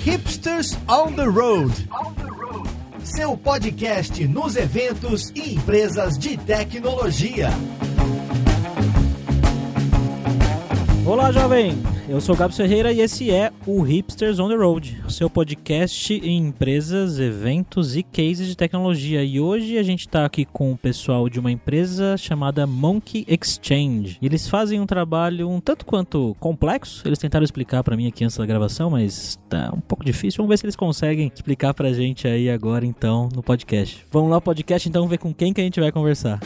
Hipsters on the Road. Seu podcast nos eventos e empresas de tecnologia. Olá, jovem! Eu sou o Gabs Ferreira e esse é o Hipsters on the Road, o seu podcast em empresas, eventos e cases de tecnologia. E hoje a gente está aqui com o pessoal de uma empresa chamada Monkey Exchange. E eles fazem um trabalho um tanto quanto complexo. Eles tentaram explicar para mim aqui antes da gravação, mas tá um pouco difícil. Vamos ver se eles conseguem explicar pra gente aí agora então no podcast. Vamos lá, podcast, então vamos ver com quem que a gente vai conversar.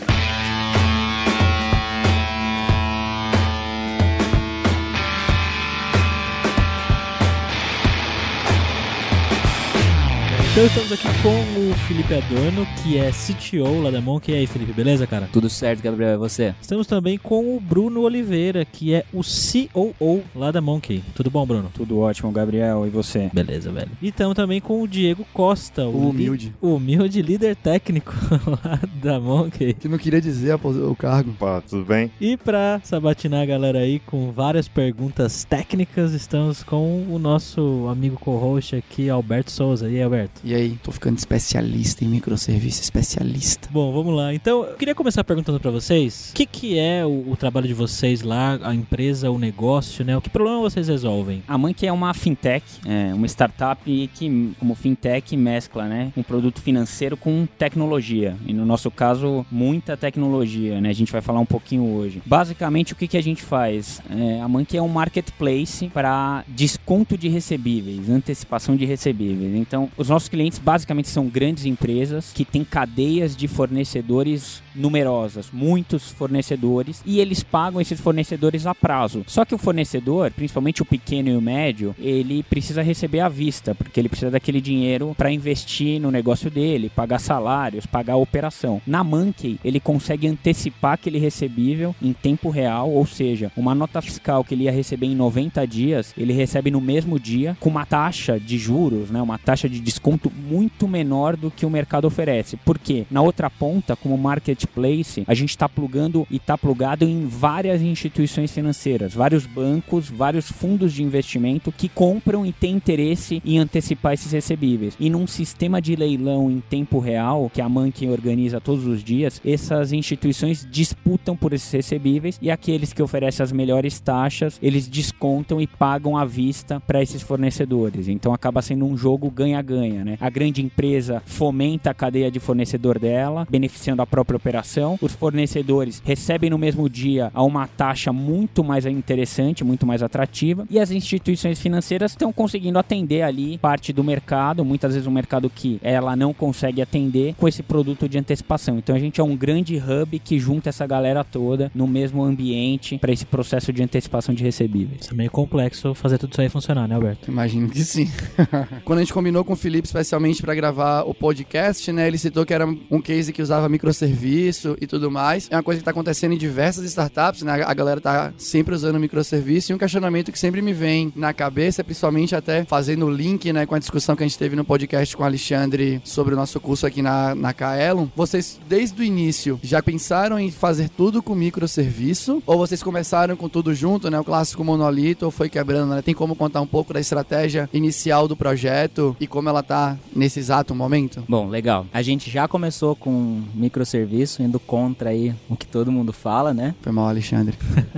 Então estamos aqui com o Felipe Adorno, que é CTO lá da Monkey. E aí, Felipe, beleza, cara? Tudo certo, Gabriel, é você? Estamos também com o Bruno Oliveira, que é o COO lá da Monkey. Tudo bom, Bruno? Tudo ótimo, Gabriel, e você? Beleza, velho. E estamos também com o Diego Costa, o humilde. O humilde líder técnico lá da Monkey. Que não queria dizer o cargo. Pá, tudo bem? E pra sabatinar a galera aí com várias perguntas técnicas, estamos com o nosso amigo co-host aqui, Alberto Souza. E aí, Alberto? E aí, tô ficando especialista em microserviço, especialista. Bom, vamos lá. Então, eu queria começar perguntando pra vocês, o que é o trabalho de vocês lá, a empresa, o negócio, né? O que problema vocês resolvem? A Monkey é uma fintech, uma startup que, como fintech, mescla, né, um produto financeiro com tecnologia. E no nosso caso, muita tecnologia, né? A gente vai falar um pouquinho hoje. Basicamente, o que a gente faz? A Monkey é um marketplace para desconto de recebíveis, antecipação de recebíveis. Então, os nossos clientes basicamente são grandes empresas que têm cadeias de fornecedores numerosas, muitos fornecedores, e eles pagam esses fornecedores a prazo. Só que o fornecedor, principalmente o pequeno e o médio, ele precisa receber à vista, porque ele precisa daquele dinheiro para investir no negócio dele, pagar salários, pagar a operação. Na Monkey, ele consegue antecipar aquele recebível em tempo real, ou seja, uma nota fiscal que ele ia receber em 90 dias, ele recebe no mesmo dia, com uma taxa de juros, né, uma taxa de desconto muito menor do que o mercado oferece. Por quê? Na outra ponta, como marketplace, a gente está plugando e está plugado em várias instituições financeiras, vários bancos, vários fundos de investimento que compram e têm interesse em antecipar esses recebíveis. E num sistema de leilão em tempo real, que a Monkey organiza todos os dias, essas instituições disputam por esses recebíveis e aqueles que oferecem as melhores taxas, eles descontam e pagam à vista para esses fornecedores. Então acaba sendo um jogo ganha-ganha, né? A grande empresa fomenta a cadeia de fornecedor dela, beneficiando a própria operação. Os fornecedores recebem no mesmo dia a uma taxa muito mais interessante, muito mais atrativa, e as instituições financeiras estão conseguindo atender ali parte do mercado, muitas vezes um mercado que ela não consegue atender com esse produto de antecipação. Então a gente é um grande hub que junta essa galera toda no mesmo ambiente para esse processo de antecipação de recebíveis. É meio complexo fazer tudo isso aí funcionar, né, Alberto? Imagino que sim. Quando a gente combinou com o Felipe especialmente para gravar o podcast, né, ele citou que era um case que usava microserviço e tudo mais. É uma coisa que tá acontecendo em diversas startups, né? A galera tá sempre usando microserviço, e um questionamento que sempre me vem na cabeça, principalmente até fazendo o link, né, com a discussão que a gente teve no podcast com o Alexandre sobre o nosso curso aqui na Kaelon. Vocês, desde o início, já pensaram em fazer tudo com microserviço? Ou vocês começaram com tudo junto, né? O clássico monolito, ou foi quebrando, né? Tem como contar um pouco da estratégia inicial do projeto e como ela tá nesse exato momento? Bom, legal. A gente já começou com microserviço, indo contra aí o que todo mundo fala, né? Foi mal, Alexandre.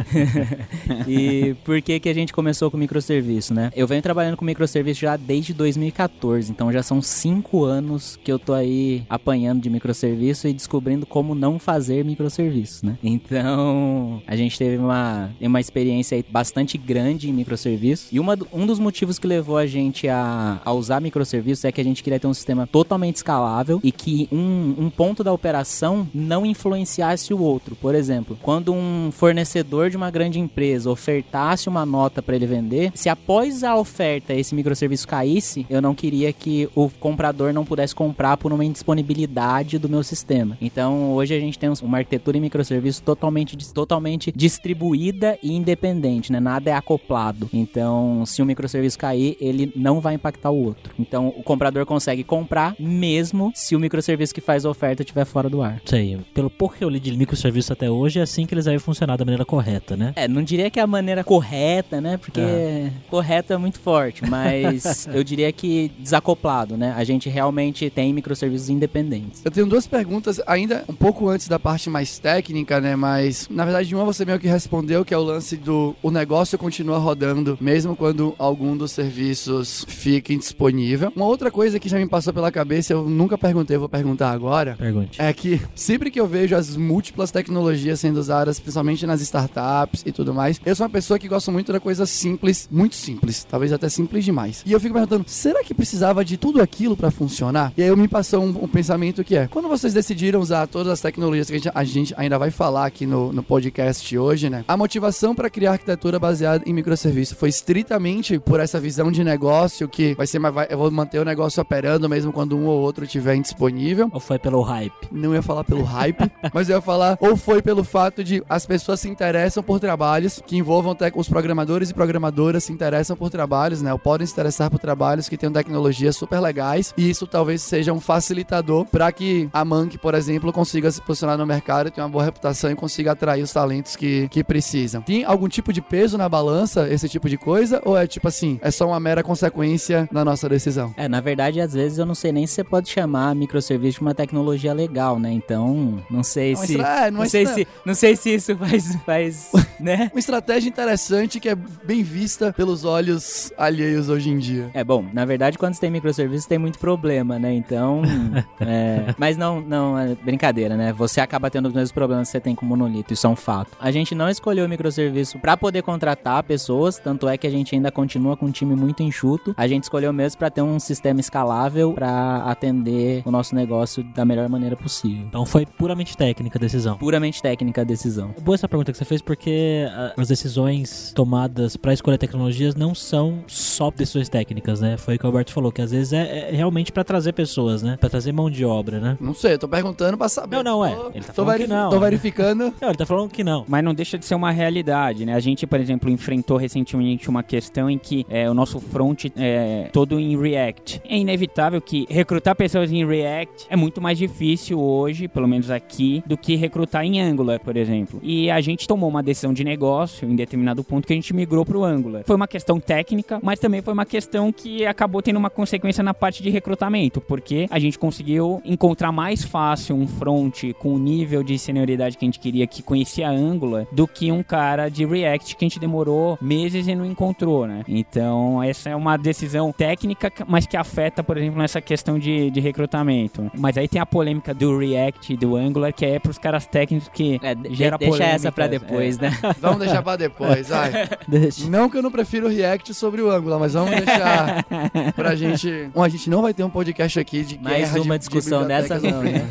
E por que a gente começou com microserviço, né? Eu venho trabalhando com microserviço já desde 2014, então já são 5 anos que eu tô aí apanhando de microserviço e descobrindo como não fazer microserviço, né? Então, a gente teve uma experiência aí bastante grande em microserviço, e um dos motivos que levou a gente a usar microserviços é que a gente queria ter um sistema totalmente escalável e que um ponto da operação não influenciasse o outro. Por exemplo, quando um fornecedor de uma grande empresa ofertasse uma nota para ele vender, se após a oferta esse microserviço caísse, eu não queria que o comprador não pudesse comprar por uma indisponibilidade do meu sistema. Então, hoje a gente tem uma arquitetura em microserviços totalmente distribuída e independente, né? Nada é acoplado. Então, se um microserviço cair, ele não vai impactar o outro. Então, o comprador consegue comprar mesmo se o microserviço que faz a oferta estiver fora do ar. Sei, pelo pouco que eu li de microserviço até hoje, é assim que eles devem funcionar da maneira correta, né? Não diria que é a maneira correta, né? Porque correto é muito forte, mas eu diria que desacoplado, né? A gente realmente tem microserviços independentes. Eu tenho duas perguntas ainda um pouco antes da parte mais técnica, né? Mas, na verdade, uma você meio que respondeu, que é o lance do o negócio continua rodando, mesmo quando algum dos serviços fique indisponível. Uma outra coisa que já me passou pela cabeça, eu nunca perguntei, eu vou perguntar agora. Pergunte. É que sempre que eu vejo as múltiplas tecnologias sendo usadas, principalmente nas startups e tudo mais, eu sou uma pessoa que gosta muito da coisa simples, muito simples, talvez até simples demais. E eu fico perguntando, será que precisava de tudo aquilo pra funcionar? E aí eu me passou um pensamento que é, quando vocês decidiram usar todas as tecnologias que a gente ainda vai falar aqui no podcast hoje, né? A motivação pra criar arquitetura baseada em microserviço foi estritamente por essa visão de negócio que vai ser eu vou manter o negócio operando mesmo quando um ou outro estiver indisponível. Ou foi pelo hype? Não ia falar pelo hype, mas eu ia falar, ou foi pelo fato de as pessoas se interessam por trabalhos que envolvam os programadores e programadoras se interessam por trabalhos, né? Ou podem se interessar por trabalhos que tenham tecnologias super legais, e isso talvez seja um facilitador para que a Mank, por exemplo, consiga se posicionar no mercado, tenha uma boa reputação e consiga atrair os talentos que precisam. Tem algum tipo de peso na balança, esse tipo de coisa? Ou é tipo assim, é só uma mera consequência da nossa decisão? Na verdade, às vezes eu não sei nem se você pode chamar microserviço de uma tecnologia legal, né? Então, não sei se... Não sei se isso faz né? Uma estratégia interessante que é bem vista pelos olhos alheios hoje em dia. Bom, na verdade, quando você tem microserviços, tem muito problema, né? Então, mas não, é brincadeira, né? Você acaba tendo os mesmos problemas que você tem com o monolito, isso é um fato. A gente não escolheu o microserviço pra poder contratar pessoas, tanto é que a gente ainda continua com um time muito enxuto. A gente escolheu mesmo pra ter um sistema escalável pra atender o nosso negócio da melhor maneira possível. Então foi puramente técnica a decisão. Puramente técnica a decisão. Boa essa pergunta que você fez, porque as decisões tomadas pra escolher tecnologias não são só decisões técnicas, né? Foi o que o Alberto falou, que às vezes é realmente pra trazer pessoas, né? Pra trazer mão de obra, né? Não sei, eu tô perguntando pra saber. Não, ele tá falando que não. Tô verificando. Não, ele tá falando que não. Mas não deixa de ser uma realidade, né? A gente, por exemplo, enfrentou recentemente uma questão em que o nosso front é todo em React. É inevitável que recrutar pessoas em React é muito mais difícil hoje, pelo menos aqui, do que recrutar em Angular, por exemplo. E a gente tomou uma decisão de negócio em determinado ponto que a gente migrou pro Angular. Foi uma questão técnica, mas também foi uma questão que acabou tendo uma consequência na parte de recrutamento, porque a gente conseguiu encontrar mais fácil um front com o nível de senioridade que a gente queria, que conhecia Angular, do que um cara de React que a gente demorou meses e não encontrou, né? Então, essa é uma decisão técnica, mas que afeta, por exemplo, nessa questão de recrutamento. Mas aí tem a polêmica do React e do Angular, que é pros caras técnicos que gera polêmica. Deixa essa pra depois, né? Vamos deixar pra depois, vai. Não que eu não prefiro o React sobre o Angular, mas vamos deixar pra gente... Bom, a gente não vai ter um podcast aqui de guerra mais uma discussão dessa não, né?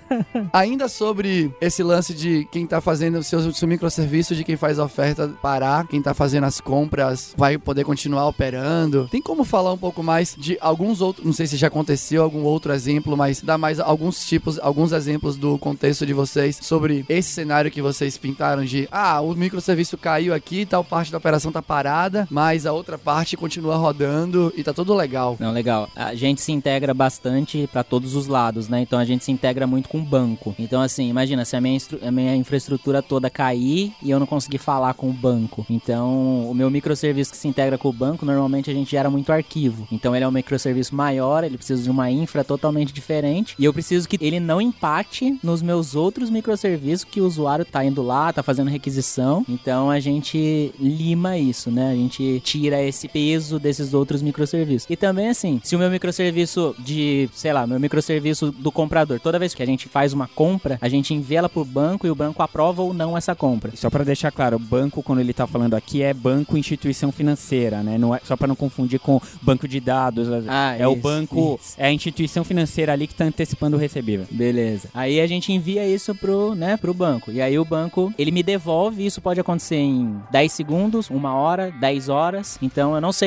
Ainda sobre esse lance de quem tá fazendo o seu microserviço, de quem faz a oferta parar, quem tá fazendo as compras vai poder continuar operando. Tem como falar um pouco mais de alguns outros, não sei se já aconteceu algum outro exemplo, mas dá mais alguns exemplos do contexto de vocês sobre esse cenário que vocês pintaram de, o microserviço caiu aqui, tal parte da operação tá parada, mas a outra parte continua rodando e tá tudo legal. Não, legal. A gente se integra bastante pra todos os lados, né? Então a gente se integra muito com o banco. Então assim, imagina, se a minha infraestrutura toda cair e eu não conseguir falar com o banco. Então, o meu microserviço que se integra com o banco, normalmente a gente gera muito arquivo. Então ele é um microserviço maior, ele precisa de uma infra totalmente diferente e eu preciso que ele não impacte nos meus outros microserviços que o usuário tá indo lá, tá fazendo requisição. Então a gente lima isso, né? A gente tira esse peso desses outros microserviços. E também assim, se o meu microserviço meu microserviço do comprador, toda vez que a gente faz uma compra, a gente envia ela pro banco e o banco aprova ou não essa compra. Só pra deixar claro, o banco, quando ele tá falando aqui, é banco instituição financeira, né? Não é, só pra não confundir com banco de dados. O banco, é a instituição financeira ali que tá antecipando o recebível. Beleza. Aí a gente envia isso pro banco. E aí o banco, ele me devolve, isso pode acontecer em 10 segundos, 1 hora, 10 horas. Então eu não sei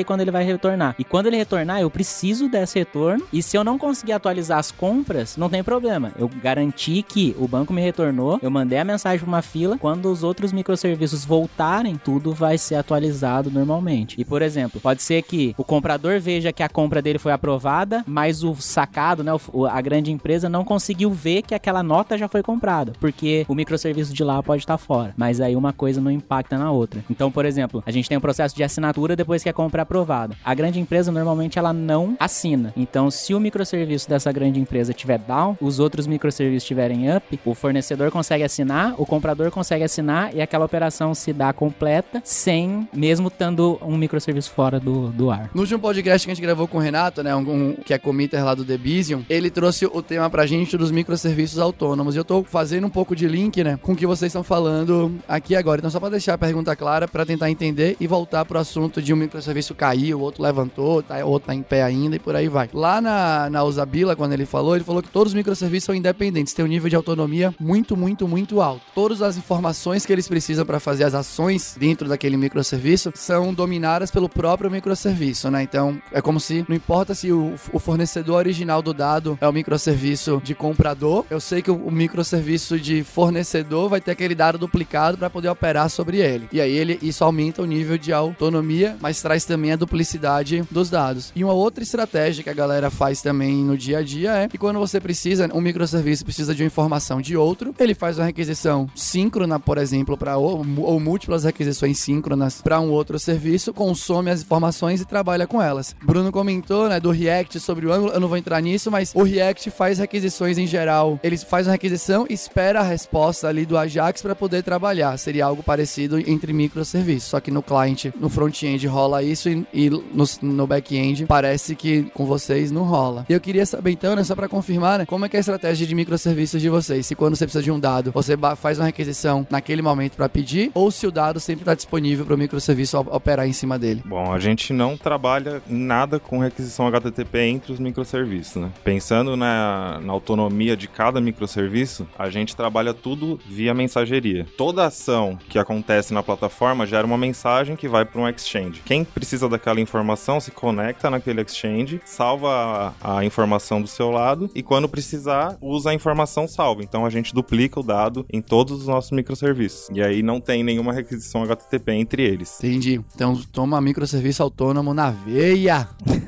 sei quando ele vai retornar. E quando ele retornar, eu preciso desse retorno. E se eu não conseguir atualizar as compras, não tem problema. Eu garanti que o banco me retornou, eu mandei a mensagem para uma fila. Quando os outros microserviços voltarem, tudo vai ser atualizado normalmente. E, por exemplo, pode ser que o comprador veja que a compra dele foi aprovada, mas o sacado, né, a grande empresa não conseguiu ver que aquela nota já foi comprada, porque o microserviço de lá pode estar fora. Mas aí uma coisa não impacta na outra. Então, por exemplo, a gente tem um processo de assinatura depois que a compra é aprovada. A grande empresa, normalmente, ela não assina. Então, se o microserviço dessa grande empresa tiver down, os outros microserviços tiverem up, o fornecedor consegue assinar, o comprador consegue assinar e aquela operação se dá completa, sem, mesmo estando um microserviço fora do ar. No último podcast que a gente gravou com o Renato, né, que é committer lá do Debizium, ele trouxe o tema pra gente dos microserviços autônomos. E eu tô fazendo um pouco de link, né, com o que vocês estão falando aqui agora. Então, só pra deixar a pergunta clara, pra tentar entender e voltar pro assunto de um microserviço cair, o outro levantou, o outro tá em pé ainda e por aí vai. Lá na Usabila, quando ele falou que todos os microserviços são independentes, tem um nível de autonomia muito, muito, muito alto. Todas as informações que eles precisam para fazer as ações dentro daquele microserviço são dominadas pelo próprio microserviço, né? Então, é como se, não importa se o fornecedor original do dado é o microserviço de comprador, eu sei que o microserviço de fornecedor vai ter aquele dado duplicado para poder operar sobre ele. E aí isso aumenta o nível de autonomia, mas traz também a duplicidade dos dados. E uma outra estratégia que a galera faz também no dia a dia é que quando você precisa, um microserviço precisa de uma informação de outro, ele faz uma requisição síncrona, por exemplo, ou múltiplas requisições síncronas para um outro serviço, consome as informações e trabalha com elas. Bruno comentou, né, do React sobre o Angular, eu não vou entrar nisso, mas o React faz requisições em geral. Ele faz uma requisição e espera a resposta ali do Ajax para poder trabalhar. Seria algo parecido entre microserviços, só que no client, no front-end rola isso e no back-end parece que com vocês não rola. E eu queria saber então, né, só para confirmar, né, como é que é a estratégia de microserviços de vocês? Se quando você precisa de um dado, você faz uma requisição naquele momento para pedir, ou se o dado sempre está disponível para o microserviço operar em cima dele? Bom, a gente não trabalha nada com requisição HTTP entre os microserviços, né? Pensando na autonomia de cada microserviço, a gente trabalha tudo via mensageria. Toda ação que acontece na plataforma gera uma mensagem que vai para um exchange. Quem precisa daquela informação se conecta naquele exchange, salva a informação do seu lado e quando precisar, usa a informação salva. Então a gente duplica o dado em todos os nossos microserviços. E aí não tem nenhuma requisição HTTP entre eles. Entendi. Então toma microserviço autônomo na veia.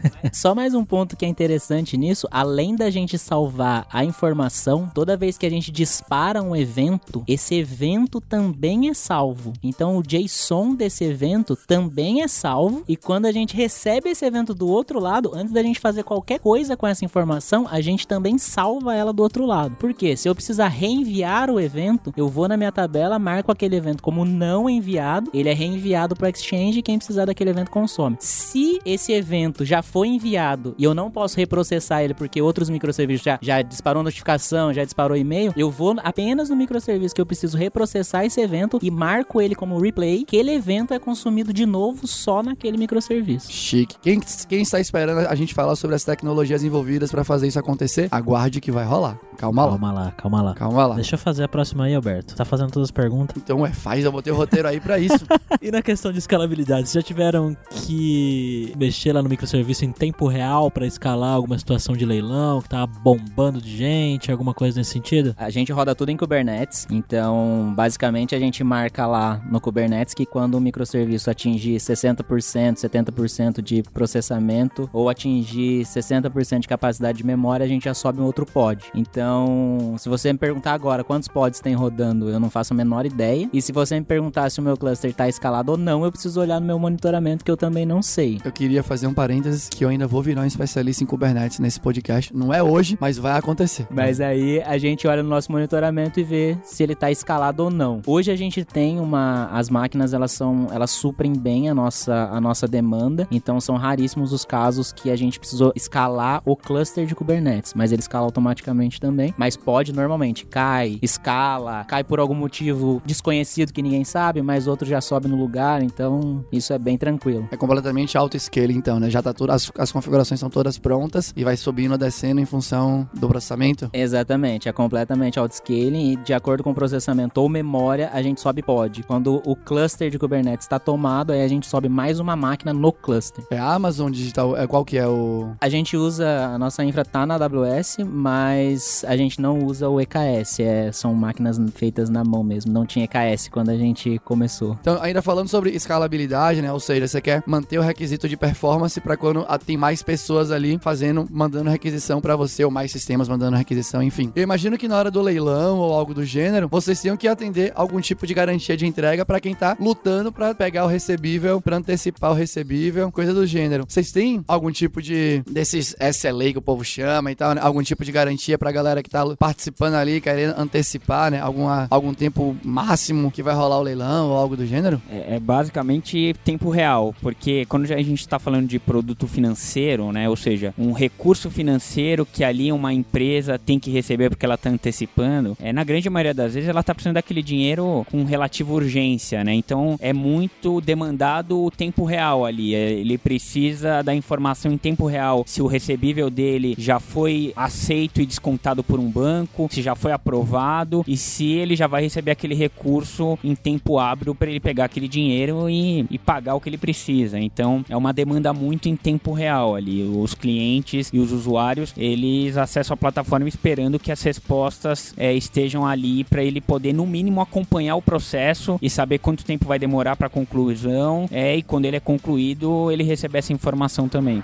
Só mais um ponto que é interessante nisso, além da gente salvar a informação, toda vez que a gente dispara um evento, esse evento também é salvo. Então o JSON desse evento também é salvo e quando a gente recebe esse evento do outro lado, antes da gente fazer qualquer coisa com essa informação, a gente também salva ela do outro lado. Por quê? Se eu precisar reenviar o evento, eu vou na minha tabela, marco aquele evento como não enviado, ele é reenviado para o Exchange e quem precisar daquele evento consome. Se esse evento já foi enviado e eu não posso reprocessar ele porque outros microserviços já disparou notificação, já disparou e-mail, eu vou apenas no microserviço que eu preciso reprocessar esse evento e marco ele como replay, que aquele evento é consumido de novo só naquele microserviço. Chique. Quem está esperando a gente falar sobre as tecnologias envolvidas para fazer isso acontecer, aguarde que vai rolar. Calma lá. Calma lá. Deixa eu fazer a próxima aí, Alberto. Tá fazendo todas as perguntas. Então, eu botei o roteiro aí pra isso. E na questão de escalabilidade, vocês já tiveram que mexer lá no microserviço em tempo real pra escalar alguma situação de leilão que tava bombando de gente, alguma coisa nesse sentido? A gente roda tudo em Kubernetes, então basicamente a gente marca lá no Kubernetes que quando o microserviço atingir 60%, 70% de processamento ou atingir 60% de capacidade de memória, a gente já sobe um outro pod. Então, se você me perguntar agora quantos pods tem rodando, eu não faço a menor ideia. E se você me perguntar se o meu cluster tá escalado ou não, eu preciso olhar no meu monitoramento que eu também não sei. Eu queria fazer um parênteses que eu ainda vou virar um especialista em Kubernetes nesse podcast. Não é hoje, mas vai acontecer. Mas aí a gente olha no nosso monitoramento e vê se ele tá escalado ou não. Hoje a gente tem as máquinas, elas suprem bem a nossa demanda, então são raríssimos os casos que a gente precisou escalar o cluster de Kubernetes, mas ele escala automaticamente também. também, mas pode normalmente, cai, escala, cai por algum motivo desconhecido que ninguém sabe, mas outro já sobe no lugar, então isso é bem tranquilo. É completamente auto-scale, então, né? Já tá tudo, as configurações são todas prontas e vai subindo ou descendo em função do processamento? Exatamente, é completamente auto-scaling e de acordo com o processamento ou memória, a gente sobe pod. Quando o cluster de Kubernetes está tomado, aí a gente sobe mais uma máquina no cluster. É a Amazon Digital, qual que é o... A gente usa, a nossa infra tá na AWS, mas a gente não usa o EKS, são máquinas feitas na mão mesmo, não tinha EKS quando a gente começou. Então, ainda falando sobre escalabilidade, né, ou seja, você quer manter o requisito de performance para quando tem mais pessoas ali mandando requisição para você, ou mais sistemas mandando requisição, enfim. Eu imagino que na hora do leilão ou algo do gênero, vocês tenham que atender algum tipo de garantia de entrega para quem tá lutando para pegar o recebível, para antecipar o recebível, coisa do gênero. Vocês têm algum tipo desses SLA que o povo chama e tal, né? Algum tipo de garantia pra galera que tá participando ali, querendo antecipar, né? Algum tempo máximo que vai rolar o leilão ou algo do gênero? É basicamente tempo real, porque quando a gente está falando de produto financeiro, né, ou seja, um recurso financeiro que ali uma empresa tem que receber porque ela está antecipando, na grande maioria das vezes ela está precisando daquele dinheiro com relativa urgência, né? Então é muito demandado o tempo real ali, ele precisa da informação em tempo real, se o recebível dele já foi aceito e descontado por um banco, se já foi aprovado e se ele já vai receber aquele recurso em tempo hábil para ele pegar aquele dinheiro e pagar o que ele precisa. Então é uma demanda muito em tempo real ali. Os clientes e os usuários, eles acessam a plataforma esperando que as respostas estejam ali para ele poder no mínimo acompanhar o processo e saber quanto tempo vai demorar para a conclusão, e quando ele é concluído ele recebe essa informação também.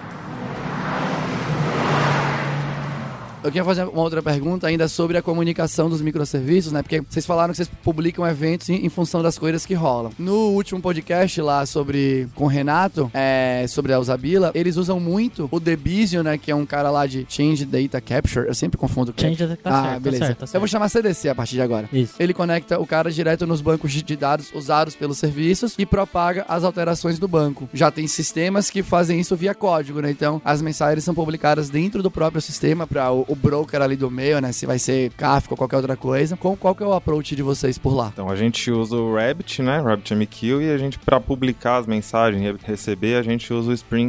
Eu queria fazer uma outra pergunta ainda sobre a comunicação dos microserviços, né? Porque vocês falaram que vocês publicam eventos em função das coisas que rolam. No último podcast lá com o Renato, sobre a Usabila, eles usam muito o Debizium, né? Que é um cara lá de Change Data Capture. Eu sempre confundo com Change Data, tá certo, beleza. tá certo. Eu vou chamar CDC a partir de agora. Isso. Ele conecta o cara direto nos bancos de dados usados pelos serviços e propaga as alterações do banco. Já tem sistemas que fazem isso via código, né? Então, as mensagens são publicadas dentro do próprio sistema para o broker ali do meio, né? Se vai ser Kafka ou qualquer outra coisa. Qual que é o approach de vocês por lá? Então, a gente usa o Rabbit, né? RabbitMQ, e a gente, para publicar as mensagens e receber, a gente usa o Spring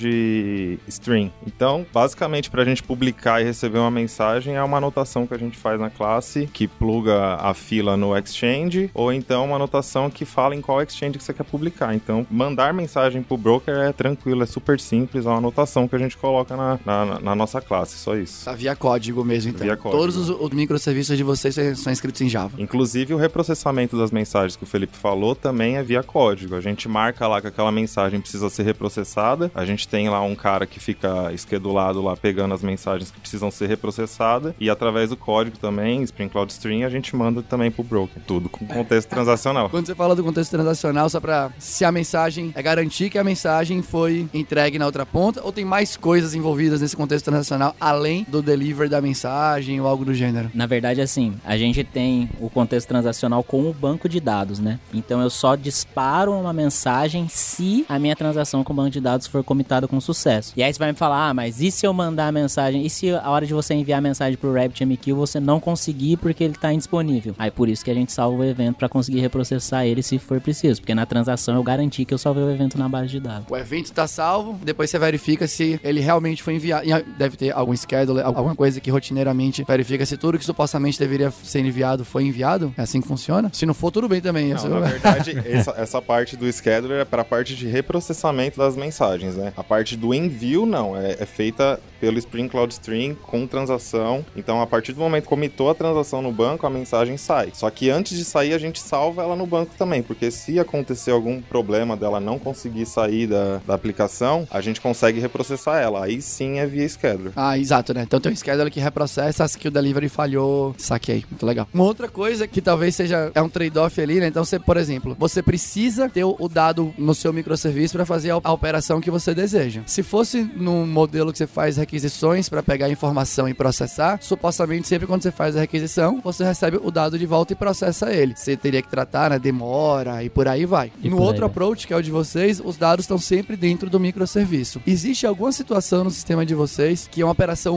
Cloud Stream. Então, basicamente, para a gente publicar e receber uma mensagem, é uma anotação que a gente faz na classe, que pluga a fila no Exchange, ou então uma anotação que fala em qual Exchange que você quer publicar. Então, mandar mensagem pro broker é tranquilo, é super simples, é uma anotação que a gente coloca na nossa classe, só isso. Tá via código mesmo, então. Via código. Todos os microserviços de vocês são escritos em Java. Inclusive, o reprocessamento das mensagens que o Felipe falou também é via código. A gente marca lá que aquela mensagem precisa ser reprocessada. A gente tem lá um cara que fica esquedulado lá pegando as mensagens que precisam ser reprocessadas. E através do código também, Spring Cloud Stream, a gente manda também pro broker. Tudo com contexto transacional. Quando você fala do contexto transacional, só pra se a mensagem é garantir que a mensagem foi entregue na outra ponta, ou tem mais coisas envolvidas nesse contexto transacional além do delivery da mensagem ou algo do gênero? Na verdade, assim, a gente tem o contexto transacional com o banco de dados, né? Então eu só disparo uma mensagem se a minha transação com o banco de dados for comitada com sucesso. E aí você vai me falar, mas e se eu mandar a mensagem? E se a hora de você enviar a mensagem pro RabbitMQ você não conseguir porque ele tá indisponível? Aí por isso que a gente salva o evento pra conseguir reprocessar ele se for preciso, porque na transação eu garanti que eu salvei o evento na base de dados. O evento tá salvo, depois você verifica se ele realmente foi enviado. E deve ter algum schedule, alguma coisa que rotineiramente verifica se tudo que supostamente deveria ser enviado foi enviado. É assim que funciona? Se não for, tudo bem também. Não, na verdade, essa parte do scheduler é para a parte de reprocessamento das mensagens, né? A parte do envio, não. É feita pelo Spring Cloud Stream com transação. Então, a partir do momento que comitou a transação no banco, a mensagem sai. Só que antes de sair, a gente salva ela no banco também, porque se acontecer algum problema dela não conseguir sair da aplicação, a gente consegue reprocessar ela. Aí sim é via scheduler. Ah, exato, né? Então tem um scheduler que reprocessa as que o delivery falhou. Saquei. Muito legal. Uma outra coisa que talvez seja um trade-off ali, né? Então, você, por exemplo, você precisa ter o dado no seu microserviço para fazer a operação que você deseja. Se fosse num modelo que você faz requisições para pegar a informação e processar, supostamente sempre quando você faz a requisição, você recebe o dado de volta e processa ele. Você teria que tratar, né? Demora e por aí vai. No outro approach, que é o de vocês, os dados estão sempre dentro do microserviço. Existe alguma situação no sistema de vocês que é uma operação muito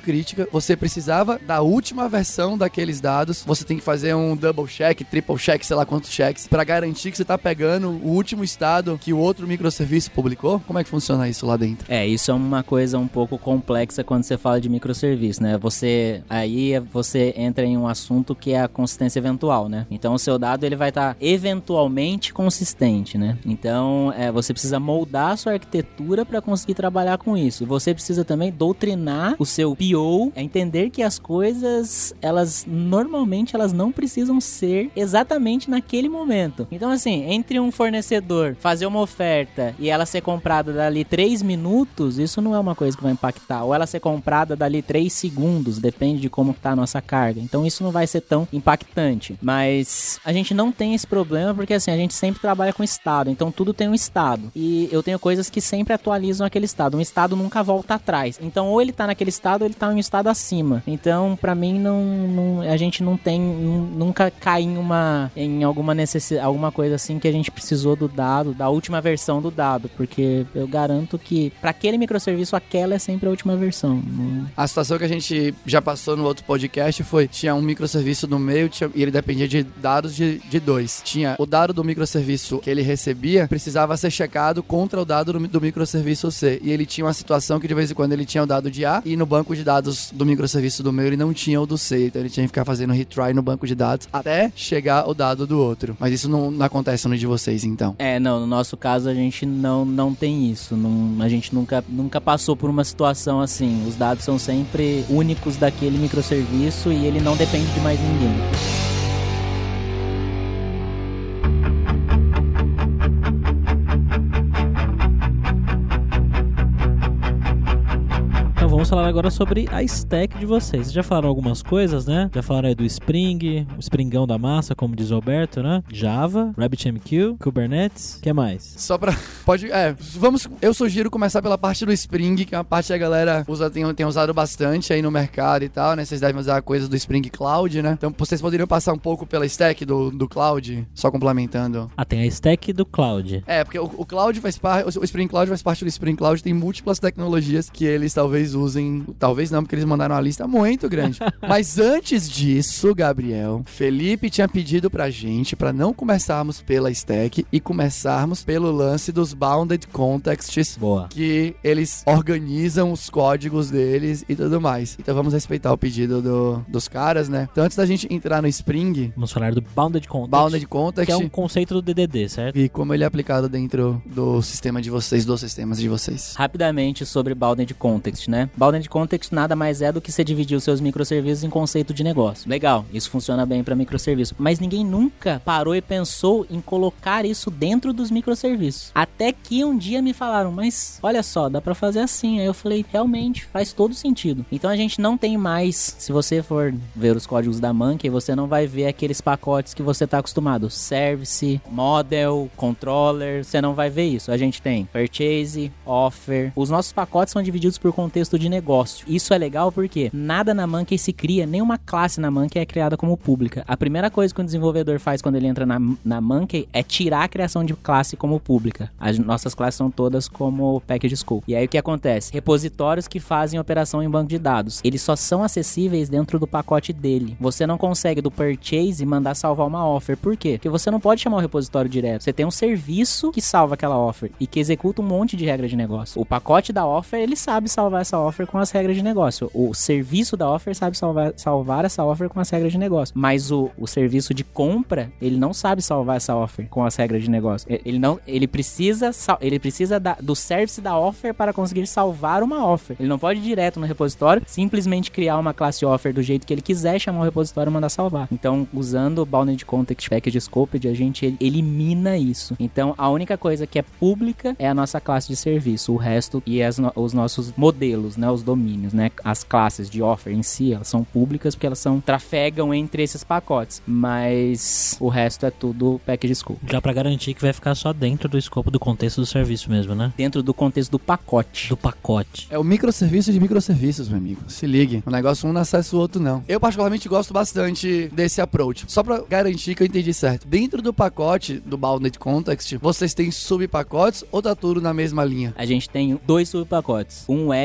crítica, você precisava da última versão daqueles dados, você tem que fazer um double check, triple check, sei lá quantos checks, pra garantir que você tá pegando o último estado que o outro microserviço publicou? Como é que funciona isso lá dentro? Isso é uma coisa um pouco complexa quando você fala de microserviço, né? Você entra em um assunto que é a consistência eventual, né? Então o seu dado ele vai estar eventualmente consistente, né? Então você precisa moldar a sua arquitetura para conseguir trabalhar com isso. E você precisa também doutrinar o seu PO a entender que as coisas, normalmente elas não precisam ser exatamente naquele momento. Então assim, entre um fornecedor fazer uma oferta e ela ser comprada dali 3 minutos, isso não é uma coisa que vai impactar. Ou ela ser comprada dali 3 segundos, depende de como tá a nossa carga. Então isso não vai ser tão impactante. Mas a gente não tem esse problema porque assim, a gente sempre trabalha com estado. Então tudo tem um estado. E eu tenho coisas que sempre atualizam aquele estado. Um estado nunca volta atrás. Então ou ele tá naquele estado ou ele tá em um estado acima. Então pra mim a gente não tem, nunca cai em alguma necessidade, alguma coisa assim que a gente precisou do dado, da última versão do dado. Porque eu garanto que pra aquele microserviço aquela é sempre a última versão. A situação que a gente já passou no outro podcast foi, tinha um microserviço no meio e ele dependia de dados de 2. Tinha o dado do microserviço que ele recebia, precisava ser checado contra o dado do microserviço C. E ele tinha uma situação que de vez em quando ele tinha o dado de A e no banco de dados do microserviço do meio ele não tinha o do C. Então ele tinha que ficar fazendo retry no banco de dados até chegar o dado do outro. Mas isso não acontece no de vocês, então. Não, no nosso caso a gente não tem isso. A gente nunca passou por uma situação assim. Os dados são sempre únicos daquele microserviço e ele não depende de mais ninguém. Vamos falar agora sobre a stack de vocês. Vocês já falaram algumas coisas, né? Já falaram aí do Spring, o Springão da massa, como diz o Alberto, né? Java, RabbitMQ, Kubernetes, o que mais? Eu sugiro começar pela parte do Spring, que é uma parte que a galera tem usado bastante aí no mercado e tal, né? Vocês devem usar coisas do Spring Cloud, né? Então vocês poderiam passar um pouco pela stack do Cloud, só complementando. Tem a stack do Cloud. Porque o Cloud faz parte, o Spring Cloud faz parte do Spring Cloud, tem múltiplas tecnologias que eles talvez usem, talvez não, porque eles mandaram uma lista muito grande. Mas antes disso, Gabriel, Felipe tinha pedido pra gente pra não começarmos pela stack e começarmos pelo lance dos Bounded Contexts. Boa. Que eles organizam os códigos deles e tudo mais. Então vamos respeitar o pedido dos caras, né? Então antes da gente entrar no Spring, vamos falar do Bounded Context. Bounded Context, que é um conceito do DDD, certo? E como ele é aplicado dentro do sistema de vocês, dos sistemas de vocês. Rapidamente sobre Bounded Context, né? Bounded Context nada mais é do que você dividir os seus microserviços em conceito de negócio. Legal, isso funciona bem para microserviço. Mas ninguém nunca parou e pensou em colocar isso dentro dos microserviços. Até que um dia me falaram, mas olha só, dá para fazer assim. Aí eu falei, realmente, faz todo sentido. Então a gente não tem mais, se você for ver os códigos da Monkey, você não vai ver aqueles pacotes que você tá acostumado. Service, Model, Controller, você não vai ver isso. A gente tem Purchase, Offer. Os nossos pacotes são divididos por contexto de negócio. Isso é legal porque nada na Monkey se cria, nenhuma classe na Monkey é criada como pública. A primeira coisa que um desenvolvedor faz quando ele entra na Monkey é tirar a criação de classe como pública. As nossas classes são todas como package scope. E aí o que acontece? Repositórios que fazem operação em banco de dados, eles só são acessíveis dentro do pacote dele. Você não consegue do Purchase mandar salvar uma offer. Por quê? Porque você não pode chamar o repositório direto. Você tem um serviço que salva aquela offer e que executa um monte de regra de negócio. O pacote da offer, ele sabe salvar essa offer com as regras de negócio. O serviço da offer sabe salvar essa offer com as regras de negócio. Mas o serviço de compra, ele não sabe salvar essa offer com as regras de negócio. Ele precisa do service da offer para conseguir salvar uma offer. Ele não pode ir direto no repositório, simplesmente criar uma classe offer do jeito que ele quiser, chamar o repositório e mandar salvar. Então, usando o Bounded Context Package Scoped, a gente elimina isso. Então, a única coisa que é pública é a nossa classe de serviço. O resto e os nossos modelos, né, os domínios, né, as classes de offer em si, elas são públicas porque elas trafegam entre esses pacotes, mas o resto é tudo package scope. Já pra garantir que vai ficar só dentro do escopo do contexto do serviço mesmo, né? Dentro do contexto do pacote. Do pacote. É o microserviço de microserviços, meu amigo. Se ligue. O negócio um não acessa o outro, não. Eu particularmente gosto bastante desse approach. Só pra garantir que eu entendi certo. Dentro do pacote do Bounded Context, vocês têm subpacotes ou tá tudo na mesma linha? A gente tem 2 subpacotes. Um web e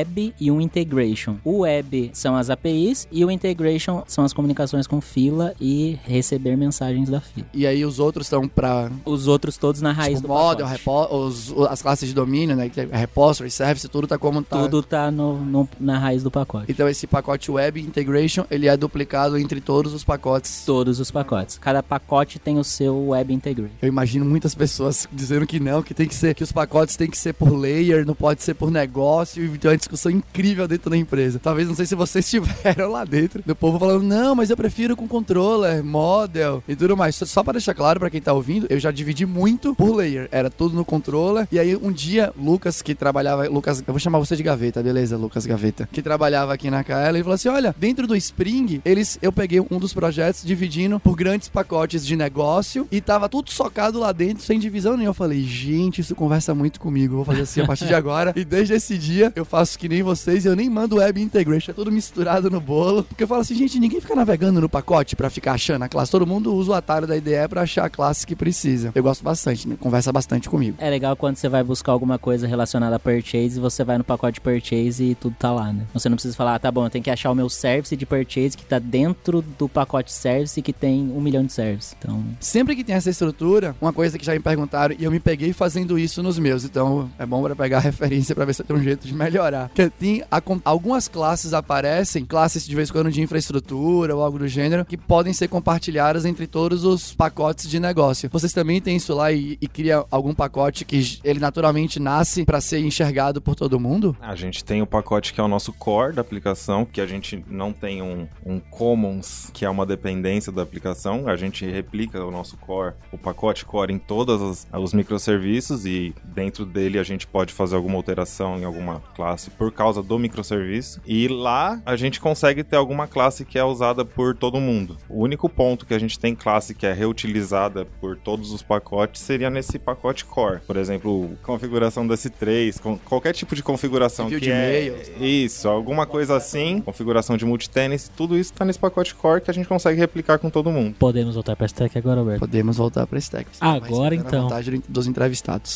e um integration. O web são as APIs e o integration são as comunicações com fila e receber mensagens da fila. E aí os outros estão pra... Os outros todos na raiz tipo, do model, pacote. as classes de domínio, né? Repository, service, tudo tá como tá. Tudo tá na raiz do pacote. Então esse pacote web integration, ele é duplicado entre todos os pacotes. Todos os pacotes. Cada pacote tem o seu web integration. Eu imagino muitas pessoas dizendo que não, que tem que ser, que os pacotes tem que ser por layer, não pode ser por negócio, e tem uma discussão incrível dentro da empresa. Talvez, não sei se vocês estiveram lá dentro, do povo falando, não, mas eu prefiro com controller, model e tudo mais. Só pra deixar claro pra quem tá ouvindo, eu já dividi muito por layer, era tudo no controller, e aí um dia, Lucas, que trabalhava, eu vou chamar você de Gaveta, beleza, Lucas Gaveta, que trabalhava aqui na KL, ele falou assim, olha, dentro do Spring, eu peguei um dos projetos dividindo por grandes pacotes de negócio, e tava tudo socado lá dentro, sem divisão nenhuma. Eu falei, gente, isso conversa muito comigo, vou fazer assim a partir de agora, e desde esse dia, eu faço que nem vocês, eu nem mando web integration, é tudo misturado no bolo, porque eu falo assim, gente, ninguém fica navegando no pacote pra ficar achando a classe, todo mundo usa o atalho da IDE pra achar a classe que precisa. Eu gosto bastante, né? Conversa bastante comigo. É legal quando você vai buscar alguma coisa relacionada a purchase e você vai no pacote purchase e tudo tá lá, né? Você não precisa falar, tá bom, eu tenho que achar o meu service de purchase que tá dentro do pacote service que tem 1 milhão de services. Então, sempre que tem essa estrutura, uma coisa que já me perguntaram, e eu me peguei fazendo isso nos meus, então é bom pra pegar a referência pra ver se tem um jeito de melhorar. Que tem algumas classes aparecem, classes de vez em quando de infraestrutura ou algo do gênero, que podem ser compartilhadas entre todos os pacotes de negócio. Vocês também têm isso lá e cria algum pacote que ele naturalmente nasce pra ser enxergado por todo mundo? A gente tem o pacote que é o nosso core da aplicação, que a gente não tem um commons, que é uma dependência da aplicação. A gente replica o nosso core, o pacote core em todos os microserviços, e dentro dele a gente pode fazer alguma alteração em alguma classe por causa do microserviço. E lá a gente consegue ter alguma classe que é usada por todo mundo. O único ponto que a gente tem classe que é reutilizada por todos os pacotes seria nesse pacote core. Por exemplo, configuração do S3, qualquer tipo de configuração envio que de é... e-mails. Isso, alguma coisa assim, configuração de multitenant, tudo isso tá nesse pacote core que a gente consegue replicar com todo mundo. Podemos voltar pra stack agora, Alberto? Podemos voltar pra stack. Agora então. A vontade dos entrevistados.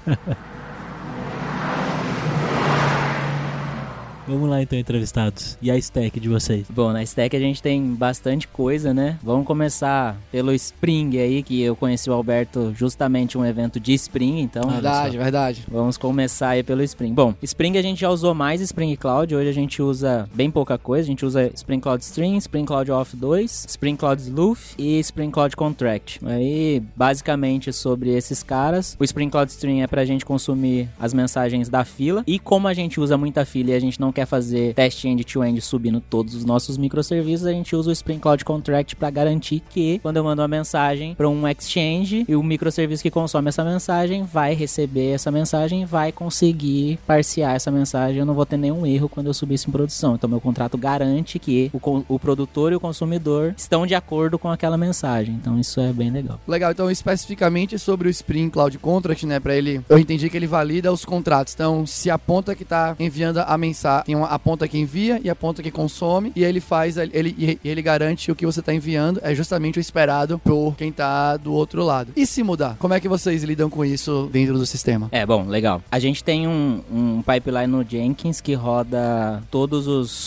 Vamos lá então, entrevistados. E a stack de vocês? bom, na stack a gente tem bastante coisa, né? Vamos começar pelo Spring aí, que eu conheci o Alberto justamente um evento de Spring, então... Verdade. Vamos começar aí pelo Spring. Bom, Spring a gente já usou mais Spring Cloud, hoje a gente usa bem pouca coisa, a gente usa Spring Cloud Stream, Spring Cloud Auth 2, Spring Cloud Sleuth e Spring Cloud Contract. Aí, basicamente, sobre esses caras, o Spring Cloud Stream é pra gente consumir as mensagens da fila, e como a gente usa muita fila e a gente não quer fazer teste end-to-end subindo todos os nossos microserviços, a gente usa o Spring Cloud Contract para garantir que quando eu mando uma mensagem para um exchange, e o microserviço que consome essa mensagem vai receber essa mensagem, vai conseguir parsear essa mensagem, eu não vou ter nenhum erro quando eu subir isso em produção. Então meu contrato garante que o produtor e o consumidor estão de acordo com aquela mensagem. Então isso é bem legal. Legal, então especificamente sobre o Spring Cloud Contract, né, pra ele, eu entendi que ele valida os contratos. Então, se a ponta que tá enviando a mensagem, tem a ponta que envia e a ponta que consome, e ele faz, ele garante que o que você tá enviando é justamente o esperado por quem tá do outro lado. E se mudar? Como é que vocês lidam com isso dentro do sistema? Bom, legal. A gente tem um pipeline no Jenkins que roda todos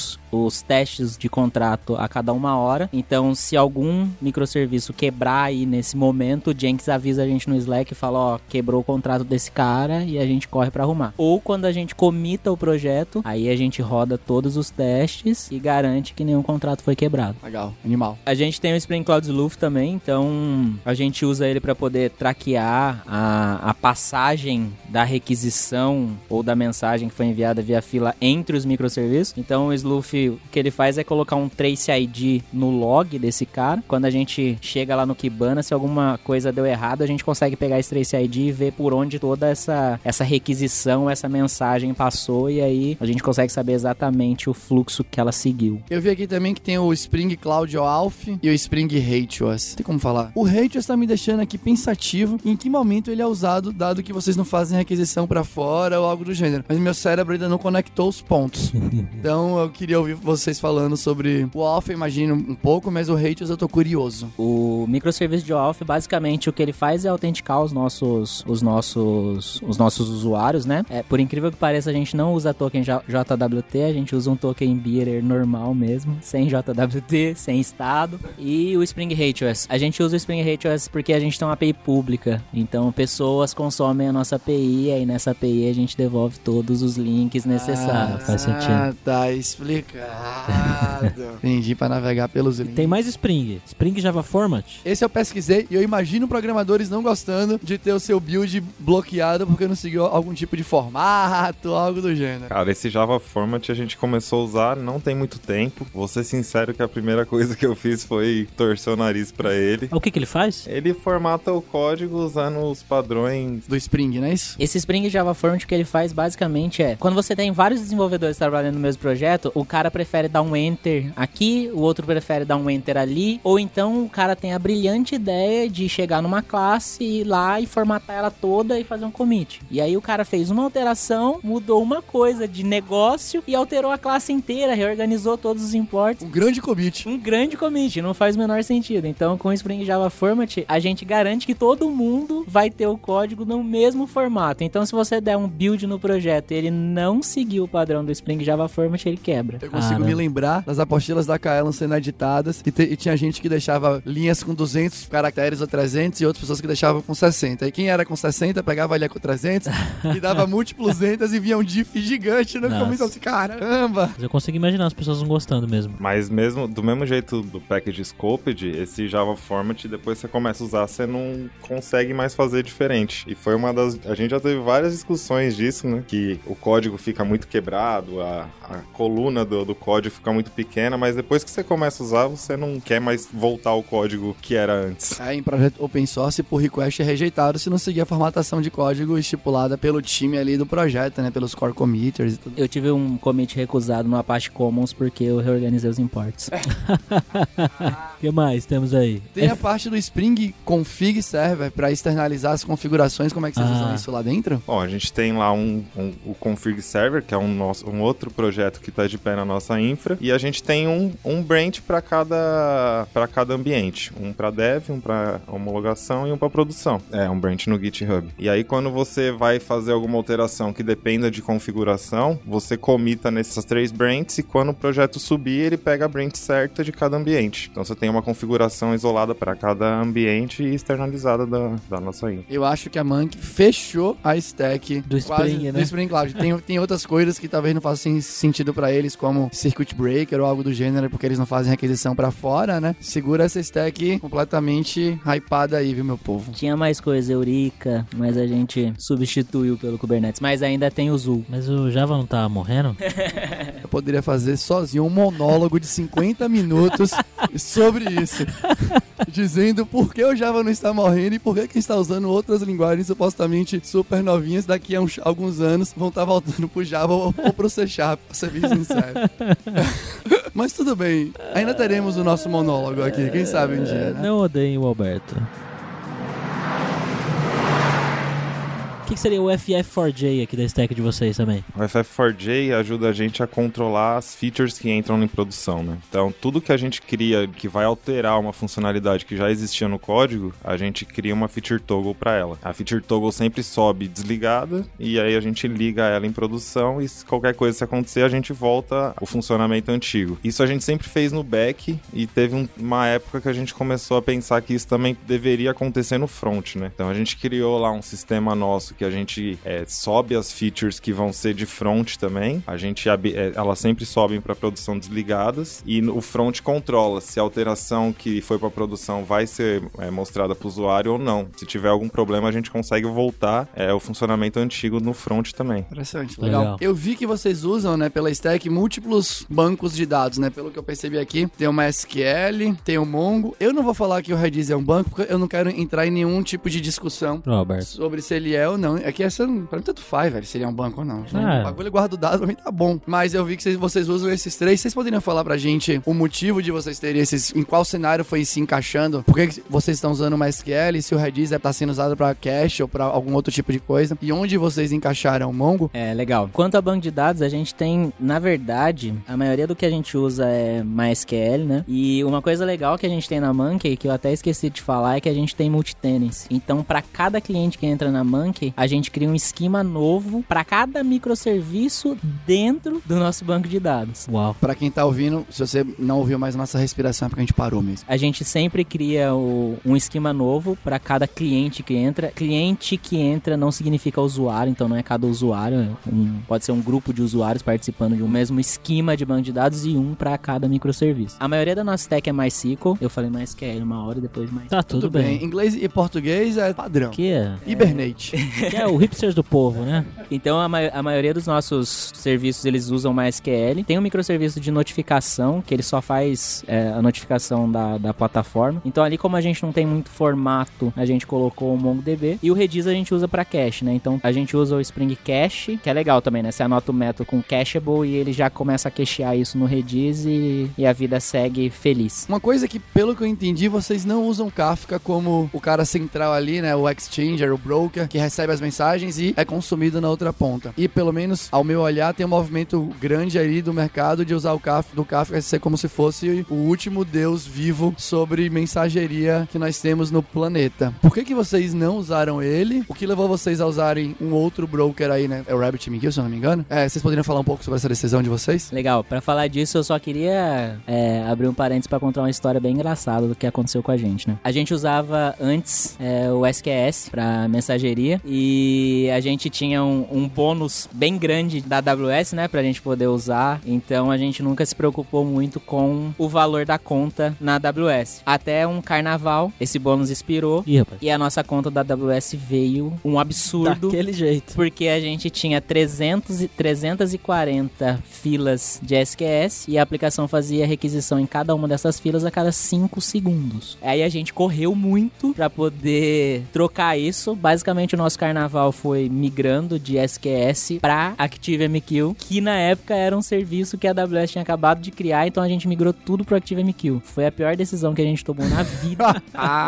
os testes de contrato a cada 1 hora. Então, se algum microserviço quebrar aí nesse momento, o Jenkins avisa a gente no Slack e fala, ó, quebrou o contrato desse cara, e a gente corre pra arrumar. Ou quando a gente comita o projeto, aí a gente roda todos os testes e garante que nenhum contrato foi quebrado. Legal, animal. A gente tem o Spring Cloud Sleuth também, então a gente usa ele para poder traquear a passagem da requisição ou da mensagem que foi enviada via fila entre os microserviços. Então o Sleuth, o que ele faz é colocar um Trace ID no log desse cara. Quando a gente chega lá no Kibana, se alguma coisa deu errado, a gente consegue pegar esse Trace ID e ver por onde toda essa requisição, essa mensagem passou, e aí a gente consegue saber exatamente o fluxo que ela seguiu. Eu vi aqui também que tem o Spring Cloud Auth e o Spring HOS. Tem como falar? O HOS tá me deixando aqui pensativo em que momento ele é usado, dado que vocês não fazem requisição pra fora ou algo do gênero. Mas meu cérebro ainda não conectou os pontos. Então eu queria ouvir ouvir vocês falando sobre o Alpha, imagino um pouco, mas o Ratios eu tô curioso. O microserviço de OAuth, basicamente, o que ele faz é autenticar os nossos usuários, né? Por incrível que pareça, a gente não usa token JWT, a gente usa um token bearer normal mesmo, sem JWT, sem estado. E o Spring Ratios. A gente usa o Spring Ratios porque a gente tem uma API pública, então pessoas consomem a nossa API, e aí nessa API a gente devolve todos os links necessários. Faz sentido. Tá explicado. Entendi, pra navegar pelos links. Tem mais Spring. Spring Java Format. Esse eu pesquisei e eu imagino programadores não gostando de ter o seu build bloqueado porque não seguiu algum tipo de formato, algo do gênero. Cara, esse Java Format a gente começou a usar não tem muito tempo. Vou ser sincero que a primeira coisa que eu fiz foi torcer o nariz pra ele. O que ele faz? Ele formata o código usando os padrões Do Spring, não é isso? Esse Spring Java Format, o que ele faz basicamente é, quando você tem vários desenvolvedores trabalhando no mesmo projeto, o cara prefere dar um enter aqui, o outro prefere dar um enter ali, ou então o cara tem a brilhante ideia de chegar numa classe, ir lá e formatar ela toda e fazer um commit. E aí o cara fez uma alteração, mudou uma coisa de negócio e alterou a classe inteira, reorganizou todos os imports. Um grande commit. Um grande commit, não faz o menor sentido. Então, com o Spring Java Format, a gente garante que todo mundo vai ter o código no mesmo formato. Então, se você der um build no projeto e ele não seguir o padrão do Spring Java Format, ele quebra. Eu consigo me lembrar das apostilas da Kaelon sendo editadas e tinha gente que deixava linhas com 200 caracteres ou 300 e outras pessoas que deixavam com 60. E quem era com 60 pegava a linha com 300 e dava múltiplos enters e via um diff gigante no começo. Assim, caramba! Mas eu consigo imaginar as pessoas não gostando mesmo. Mas mesmo, do mesmo jeito do package scoped, esse Java Format, depois você começa a usar, você não consegue mais fazer diferente. E foi uma das... A gente já teve várias discussões disso, né? Que o código fica muito quebrado, a coluna do código fica muito pequena, mas depois que você começa a usar, você não quer mais voltar ao código que era antes. Em projeto open source, por request é rejeitado se não seguir a formatação de código estipulada pelo time ali do projeto, né? Pelos core committers e tudo. Eu tive um commit recusado no Apache Commons porque eu reorganizei os imports. O que mais temos aí? Tem a parte do Spring Config Server para externalizar as configurações. Como é que vocês usam isso lá dentro? Bom, a gente tem lá o Config Server, que é um outro projeto que está de pé na nossa infra, e a gente tem um branch para cada ambiente. Um para dev, um para homologação e um para produção. É, um branch no GitHub. E aí, quando você vai fazer alguma alteração que dependa de configuração, você comita nessas 3 branches e quando o projeto subir, ele pega a branch certa de cada ambiente. Então, você tem uma configuração isolada para cada ambiente e externalizada da nossa infra. Eu acho que a Monk fechou a stack do Spring, né? Do Spring Cloud. Tem outras coisas que talvez não façam sentido para eles, como Circuit Breaker ou algo do gênero, porque eles não fazem requisição para fora, né? Segura essa stack completamente hypada aí, viu, meu povo? Tinha mais coisa, Eurica, mas a gente substituiu pelo Kubernetes. Mas ainda tem o Zul. Mas o Java não tá morrendo? Eu poderia fazer sozinho um monólogo de 50 minutos sobre isso. Dizendo por que o Java não está morrendo e por que quem está usando outras linguagens supostamente super novinhas daqui a alguns anos vão estar voltando pro Java ou pro C#, pra ser bem sincero. Mas tudo bem, ainda teremos o nosso monólogo aqui, quem sabe um dia, né? Não odeiem o Alberto. O que seria o FF4J aqui da stack de vocês também? O FF4J ajuda a gente a controlar as features que entram em produção, né? Então, tudo que a gente cria que vai alterar uma funcionalidade que já existia no código, a gente cria uma feature toggle para ela. A feature toggle sempre sobe desligada e aí a gente liga ela em produção e se qualquer coisa se acontecer, a gente volta ao funcionamento antigo. Isso a gente sempre fez no back e teve uma época que a gente começou a pensar que isso também deveria acontecer no front, né? Então, a gente criou lá um sistema nosso que a gente sobe as features que vão ser de front também. A gente elas sempre sobem para produção desligadas e o front controla se a alteração que foi para produção vai ser mostrada para o usuário ou não. Se tiver algum problema, a gente consegue voltar ao funcionamento antigo no front também. Interessante, legal. Eu vi que vocês usam, né, pela stack, múltiplos bancos de dados, né? Pelo que eu percebi aqui, tem uma SQL, tem o Mongo. Eu não vou falar que o Redis é um banco, porque eu não quero entrar em nenhum tipo de discussão sobre se ele é ou não. É que essa, pra mim, tanto faz, velho, se ele é um banco ou não. Ah. O bagulho guarda o dado, pra mim tá bom. Mas eu vi que vocês usam esses três. Vocês poderiam falar pra gente o motivo de vocês terem esses... Em qual cenário foi se encaixando? Por que vocês estão usando uma SQL? Se o Redis tá sendo usado pra cache ou pra algum outro tipo de coisa? E onde vocês encaixaram o Mongo? É, legal. Quanto a banco de dados, a gente tem, na verdade, a maioria do que a gente usa é MySQL, né? E uma coisa legal que a gente tem na Monkey, que eu até esqueci de falar, é que a gente tem multitenants. Então, para cada cliente que entra na Monkey, a gente cria um esquema novo para cada microserviço dentro do nosso banco de dados. Uau. Pra quem tá ouvindo, se você não ouviu mais a nossa respiração, é porque a gente parou mesmo. A gente sempre cria um esquema novo para cada cliente que entra. Cliente que entra não significa usuário, então não é cada usuário. Pode ser um grupo de usuários participando de um mesmo esquema de banco de dados e um para cada microserviço. A maioria da nossa stack é MySQL. Eu falei MySQL uma hora e depois MySQL. Tá tudo bem. Inglês e português é padrão. Que é Hibernate. que é o hipsters do povo, né? Então a maioria dos nossos serviços eles usam MySQL. Tem um microserviço de notificação que ele só faz a notificação da plataforma. Então ali, como a gente não tem muito formato, a gente colocou o MongoDB. E o Redis a gente usa para cache, né? Então a gente usa o Spring Cache, que é legal também, né? Você anota o método com cacheable e ele já começa a cachear isso no Redis e a vida segue feliz. Uma coisa que, pelo que eu entendi, vocês não usam Kafka como o cara central ali, né? O exchanger, o broker, que recebe as mensagens e é consumido na outra ponta. E, pelo menos, ao meu olhar, tem um movimento grande ali do mercado de usar o Kafka ser como se fosse o último deus vivo sobre mensageria que nós temos no planeta. Por que vocês não usaram ele? O que levou vocês a usarem um outro broker aí, né? É o RabbitMQ, se eu não me engano. Vocês poderiam falar um pouco sobre essa decisão de vocês? Legal, pra falar disso eu só queria abrir um parênteses pra contar uma história bem engraçada do que aconteceu com a gente, né? A gente usava antes o SQS pra mensageria e a gente tinha um bônus bem grande da AWS, né? Pra gente poder usar, então a gente nunca se preocupou muito com o valor da conta na AWS. Até um carnaval, esse bônus expirou. Ih, rapaz. E a nossa conta da AWS veio um absurdo. Daquele jeito. Porque a gente tinha 340 filas de SQS e a aplicação fazia requisição em cada uma dessas filas a cada 5 segundos. Aí a gente correu muito pra poder trocar isso. Basicamente o nosso carnaval foi migrando de SQS pra ActiveMQ, que na época era um serviço que a AWS tinha acabado de criar, então a gente migrou tudo pro ActiveMQ. Foi a pior decisão que a gente tomou na vida.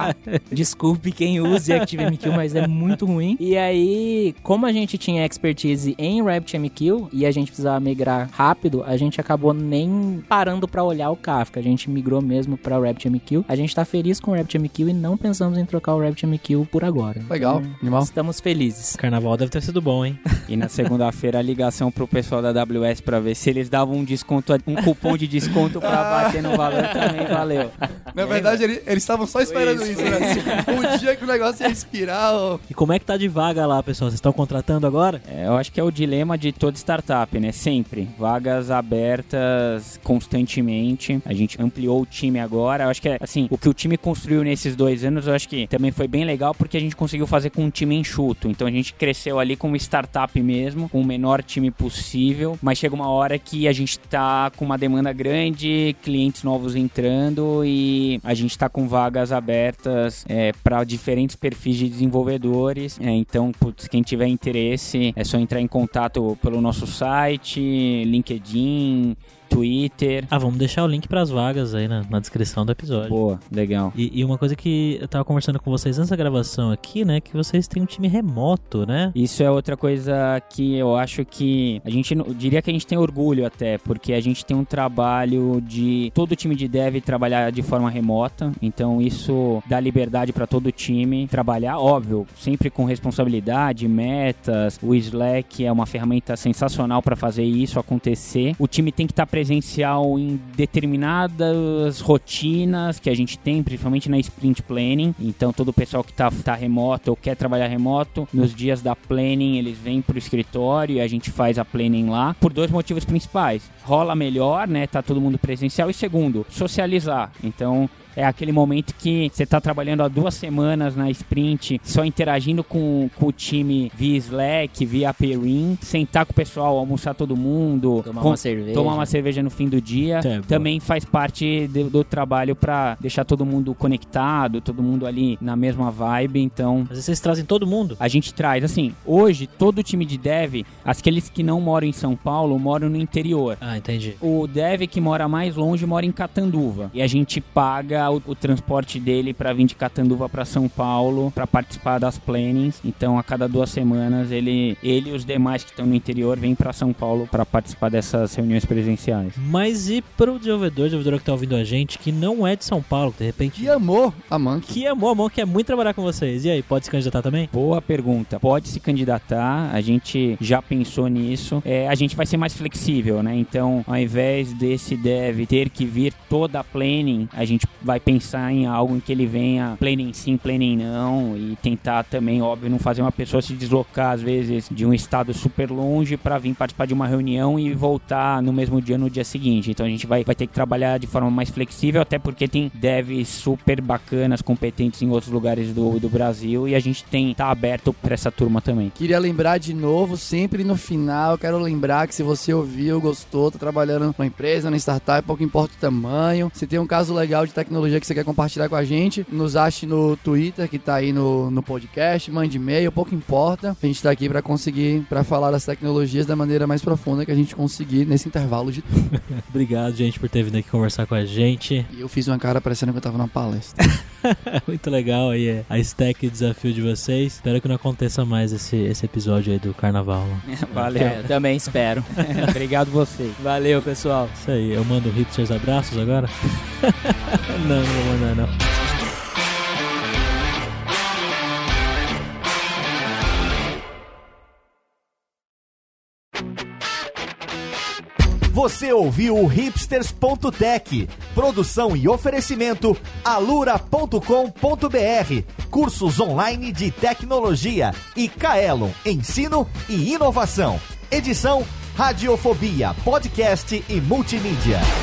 Desculpe quem use ActiveMQ, mas é muito ruim. E aí, como a gente tinha expertise em RabbitMQ e a gente precisava migrar rápido, a gente acabou nem parando pra olhar o Kafka. A gente migrou mesmo pra RabbitMQ. A gente tá feliz com o RabbitMQ e não pensamos em trocar o RabbitMQ por agora. Legal, animal. Estamos felizes. Carnaval deve ter sido bom, hein? E na segunda-feira a ligação pro pessoal da AWS pra ver se eles davam um desconto, um cupom de desconto pra bater no valor também, valeu. Na verdade, eles estavam só esperando isso, né? O dia que o negócio ia expirar. E como é que tá de vaga lá, pessoal? Vocês estão contratando agora? Eu acho que é o dilema de toda startup, né? Sempre. Vagas abertas constantemente. A gente ampliou o time agora. Eu acho que, assim, o que o time construiu nesses 2 anos, eu acho que também foi bem legal porque a gente conseguiu fazer com um time enxuto. Então a gente cresceu ali como startup mesmo, com o menor time possível. Mas chega uma hora que a gente tá com uma demanda grande, clientes novos entrando e a gente tá com vagas abertas para diferentes perfis de desenvolvedores. Então, putz, quem tiver interesse, é só entrar em contato pelo nosso site, LinkedIn, Twitter. Vamos deixar o link pras vagas aí na descrição do episódio. Boa, legal. E uma coisa que eu tava conversando com vocês antes da gravação aqui, né? Que vocês têm um time remoto, né? Isso é outra coisa que eu acho que a gente, eu diria que a gente tem orgulho até, porque a gente tem um trabalho de todo o time de dev trabalhar de forma remota, então isso dá liberdade para todo o time trabalhar, óbvio, sempre com responsabilidade, metas. O Slack é uma ferramenta sensacional para fazer isso acontecer. O time tem que estar presencial em determinadas rotinas que a gente tem, principalmente na Sprint Planning. Então todo o pessoal que tá remoto ou quer trabalhar remoto, nos dias da Planning eles vêm pro escritório e a gente faz a Planning lá, por 2 motivos principais. Rola melhor, né? Tá todo mundo presencial. E segundo, socializar. Então é aquele momento que você tá trabalhando há 2 semanas na sprint, só interagindo com o time via Slack, via Apeirin, sentar com o pessoal, almoçar todo mundo, tomar uma cerveja no fim do dia, também faz parte do trabalho pra deixar todo mundo conectado, todo mundo ali na mesma vibe, então... Mas vocês trazem todo mundo? A gente traz, assim, hoje todo o time de dev, aqueles que não moram em São Paulo, moram no interior. Ah, entendi. O dev que mora mais longe mora em Catanduva, e a gente paga o transporte dele pra vir de Catanduva pra São Paulo, pra participar das plannings, então a cada 2 semanas ele e os demais que estão no interior vêm pra São Paulo pra participar dessas reuniões presenciais. Mas e pro desenvolvedora que tá ouvindo a gente, que não é de São Paulo, de repente... Que amou a Monk. Que amou a Monk, quer muito trabalhar com vocês. E aí, pode se candidatar também? Boa pergunta. Pode se candidatar, a gente já pensou nisso. A gente vai ser mais flexível, né? Então, ao invés desse dev ter que vir toda a planning, a gente vai pensar em algo em que ele venha planning sim, planning não, e tentar também, óbvio, não fazer uma pessoa se deslocar, às vezes, de um estado super longe para vir participar de uma reunião e voltar no mesmo dia, no dia seguinte. Então, a gente vai ter que trabalhar de forma mais flexível, até porque tem devs super bacanas, competentes em outros lugares do Brasil, e a gente tá aberto para essa turma também. Queria lembrar de novo, sempre no final, quero lembrar que se você ouviu, gostou, tá trabalhando numa empresa, numa startup, pouco importa o tamanho, se tem um caso legal de tecnologia que você quer compartilhar com a gente, nos ache no Twitter, que tá aí no podcast, mande e-mail, pouco importa, a gente tá aqui para falar das tecnologias da maneira mais profunda que a gente conseguir nesse intervalo de tempo. Obrigado, gente, por ter vindo aqui conversar com a gente. E eu fiz uma cara parecendo que eu tava numa palestra. Muito legal aí a stack e desafio de vocês. Espero que não aconteça mais esse episódio aí do carnaval. Valeu, eu também espero. Obrigado você. Valeu, pessoal. Isso aí, eu mando hipsters abraços agora? Não vou mandar não. Você ouviu o hipsters.tech, produção e oferecimento alura.com.br, cursos online de tecnologia e Kaelon, ensino e inovação. Edição Radiofobia, podcast e multimídia.